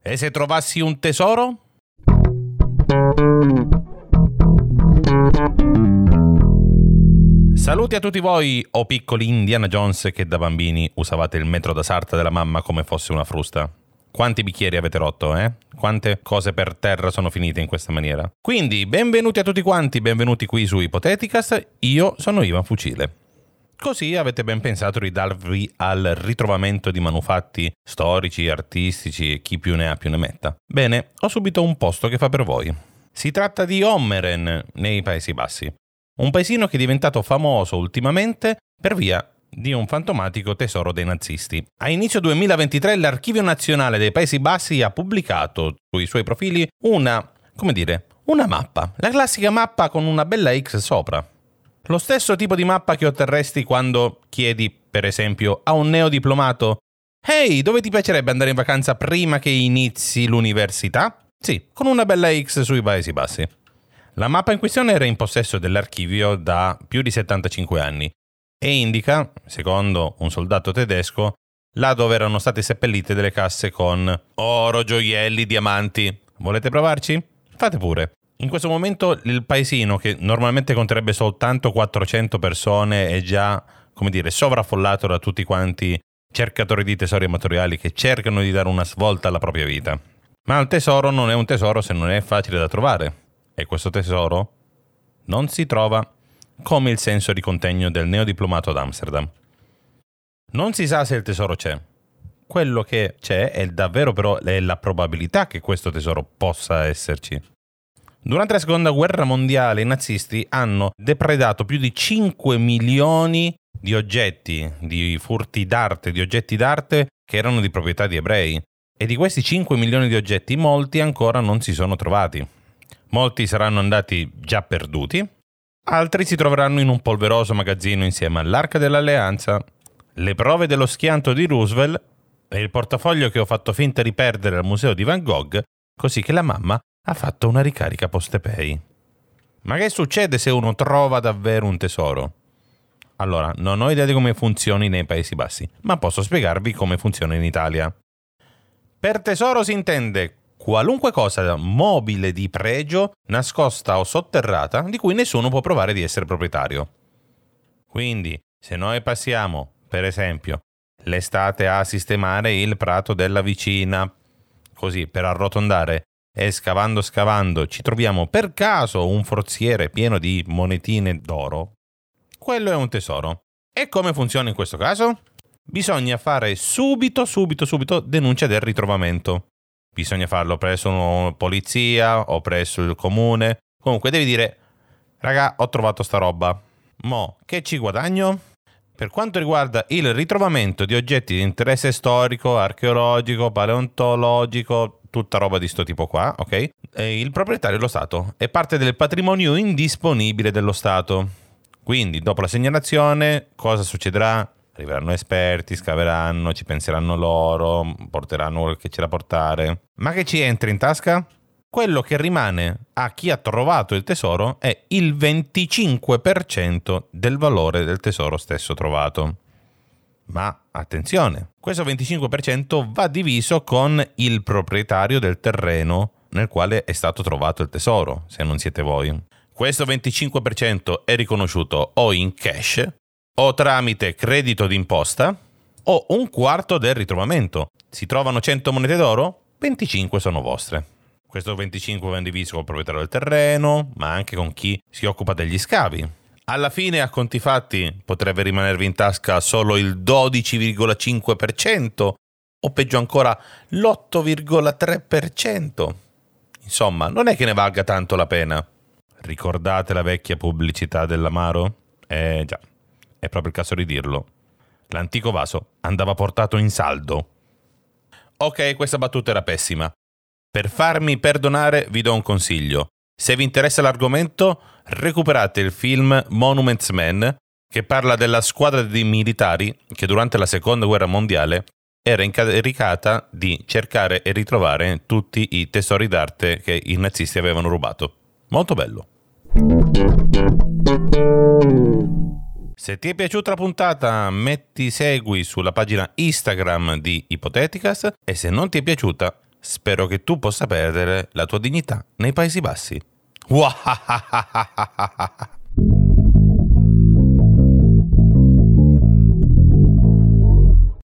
E se trovassi un tesoro? Saluti a tutti voi, o piccoli Indiana Jones che da bambini usavate il metro da sarta della mamma come fosse una frusta. Quanti bicchieri avete rotto, eh? Quante cose per terra sono finite in questa maniera? Quindi, benvenuti a tutti quanti, benvenuti qui su Ipoteticast, io sono Ivan Fucile. Così avete ben pensato di darvi al ritrovamento di manufatti storici, artistici e chi più ne ha più ne metta. Bene, ho subito un posto che fa per voi. Si tratta di Ommeren, nei Paesi Bassi. Un paesino che è diventato famoso ultimamente per via di un fantomatico tesoro dei nazisti. A inizio 2023 l'Archivio Nazionale dei Paesi Bassi ha pubblicato sui suoi profili una mappa. La classica mappa con una bella X sopra. Lo stesso tipo di mappa che otterresti quando chiedi, per esempio, a un neodiplomato: «Ehi, dove ti piacerebbe andare in vacanza prima che inizi l'università?» Sì, con una bella X sui Paesi Bassi. La mappa in questione era in possesso dell'archivio da più di 75 anni e indica, secondo un soldato tedesco, là dove erano state seppellite delle casse con oro, gioielli, diamanti. Volete provarci? Fate pure. In questo momento il paesino, che normalmente conterebbe soltanto 400 persone, è già, sovraffollato da tutti quanti cercatori di tesori amatoriali che cercano di dare una svolta alla propria vita. Ma il tesoro non è un tesoro se non è facile da trovare. E questo tesoro non si trova, come il senso di contegno del neodiplomato ad Amsterdam. Non si sa se il tesoro c'è. Quello che c'è è davvero però è la probabilità che questo tesoro possa esserci. Durante la seconda guerra mondiale i nazisti hanno depredato più di 5 milioni di oggetti, di furti d'arte, di oggetti d'arte che erano di proprietà di ebrei. E di questi 5 milioni di oggetti molti ancora non si sono trovati. Molti saranno andati già perduti, altri si troveranno in un polveroso magazzino insieme all'Arca dell'Alleanza, le prove dello schianto di Roosevelt e il portafoglio che ho fatto finta di perdere al museo di Van Gogh, così che la mamma ha fatto una ricarica post-pay. Ma che succede se uno trova davvero un tesoro? Allora, non ho idea di come funzioni nei Paesi Bassi, ma posso spiegarvi come funziona in Italia. Per tesoro si intende qualunque cosa mobile di pregio, nascosta o sotterrata, di cui nessuno può provare di essere proprietario. Quindi, se noi passiamo, per esempio, l'estate a sistemare il prato della vicina, così per arrotondare, e scavando ci troviamo per caso un forziere pieno di monetine d'oro, quello è un tesoro. E come funziona in questo caso? Bisogna fare subito denuncia del ritrovamento. Bisogna farlo presso una polizia o presso il comune. Comunque devi dire: raga, ho trovato sta roba. Mo, che ci guadagno? Per quanto riguarda il ritrovamento di oggetti di interesse storico, archeologico, paleontologico, tutta roba di sto tipo qua, ok? Il proprietario è lo Stato, è parte del patrimonio indisponibile dello Stato. Quindi, dopo la segnalazione, cosa succederà? Arriveranno esperti, scaveranno, ci penseranno loro, porteranno quello che c'è da portare. Ma che ci entra in tasca? Quello che rimane a chi ha trovato il tesoro è il 25% del valore del tesoro stesso trovato. Ma attenzione, questo 25% va diviso con il proprietario del terreno nel quale è stato trovato il tesoro, se non siete voi. Questo 25% è riconosciuto o in cash, o tramite credito d'imposta, o un quarto del ritrovamento. Si trovano 100 monete d'oro, 25 sono vostre. Questo 25 viene diviso col proprietario del terreno, ma anche con chi si occupa degli scavi. Alla fine, a conti fatti, potrebbe rimanervi in tasca solo il 12,5%, o peggio ancora l'8,3%. Insomma, non è che ne valga tanto la pena. Ricordate la vecchia pubblicità dell'amaro? Già. È proprio il caso di dirlo. L'antico vaso andava portato in saldo. Ok, questa battuta era pessima. Per farmi perdonare vi do un consiglio. Se vi interessa l'argomento, recuperate il film Monuments Men, che parla della squadra di militari che durante la Seconda Guerra Mondiale era incaricata di cercare e ritrovare tutti i tesori d'arte che i nazisti avevano rubato. Molto bello. Se ti è piaciuta la puntata, metti segui sulla pagina Instagram di Ipoteticast, e se non ti è piaciuta, spero che tu possa perdere la tua dignità nei Paesi Bassi.